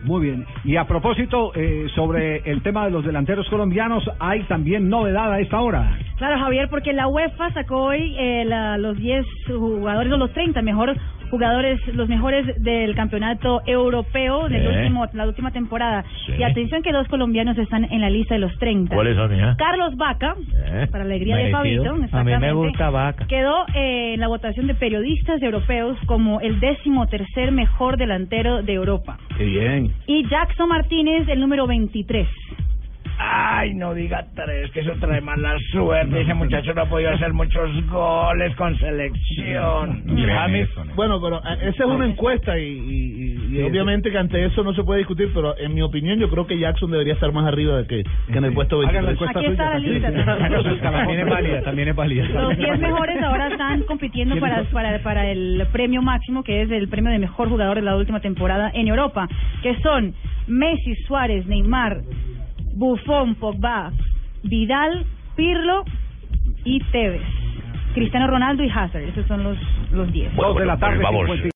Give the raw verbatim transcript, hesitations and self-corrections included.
Muy bien. Y a propósito, eh, sobre el tema de los delanteros colombianos, hay también novedad a esta hora. Claro, Javier, porque la UEFA sacó hoy eh, la, los diez jugadores, o los treinta mejores jugadores, los mejores del campeonato europeo del ¿Eh? último, la última temporada. Sí. Y atención que dos colombianos están en la lista de los treinta. ¿Cuáles son, hija? Carlos Vaca, ¿Eh? para alegría Merecido. de Fabito, A mí me gusta Vaca. quedó eh, en la votación de periodistas europeos como el décimo tercer mejor delantero de Europa. Qué bien. Y Jackson Martínez, el número veintitrés. Ay, no diga tres, que eso trae mala suerte. Ese muchacho no ha podido hacer muchos goles con selección. A mí, bueno, pero esa es una encuesta y, y, y obviamente que ante eso no se puede discutir, pero en mi opinión yo creo que Jackson debería estar más arriba de que, que en el puesto veintitrés. Aquí está la lista. También es válida, también es válida. Los diez mejores ahora están compitiendo para, para, para el premio máximo, que es el premio de mejor jugador de la última temporada en Europa, que son Messi, Suárez, Neymar, Buffon, Pogba, Vidal, Pirlo y Tevez. Cristiano Ronaldo y Hazard. Esos son los los diez. Bueno, Dos de la tarde. vamos. cincuenta